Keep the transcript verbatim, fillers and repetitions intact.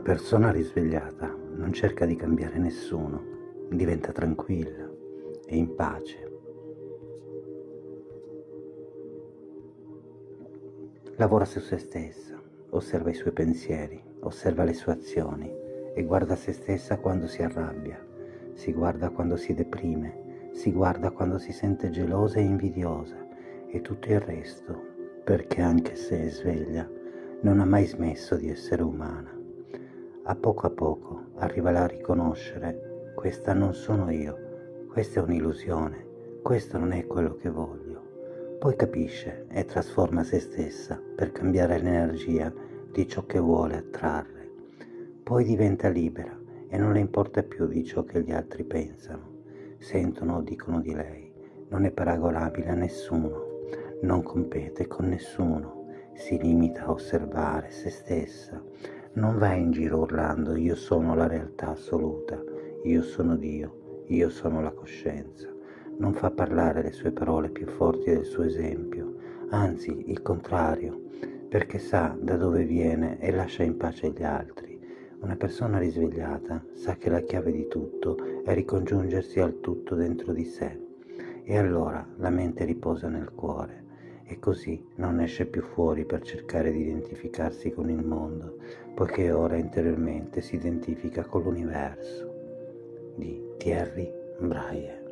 persona risvegliata non cerca di cambiare nessuno, diventa tranquilla e in pace. Lavora su se stessa, osserva i suoi pensieri, osserva le sue azioni e guarda se stessa quando si arrabbia, si guarda quando si deprime, si guarda quando si sente gelosa e invidiosa e tutto il resto, perché anche se è sveglia, non ha mai smesso di essere umana. A poco a poco arriva a riconoscere: questa non sono io, questa è un'illusione, questo non è quello che voglio. Poi capisce e trasforma se stessa per cambiare l'energia di ciò che vuole attrarre. Poi diventa libera e non le importa più di ciò che gli altri pensano, sentono o dicono di lei. Non è paragonabile a nessuno, non compete con nessuno, si limita a osservare se stessa. Non va in giro urlando: io sono la realtà assoluta, io sono Dio, io sono la coscienza. Non fa parlare le sue parole più forti del suo esempio, anzi il contrario, perché sa da dove viene e lascia in pace gli altri. Una persona risvegliata sa che la chiave di tutto è ricongiungersi al tutto dentro di sé, e allora la mente riposa nel cuore. E così non esce più fuori per cercare di identificarsi con il mondo, poiché ora interiormente si identifica con l'universo. Di Thierry Breier.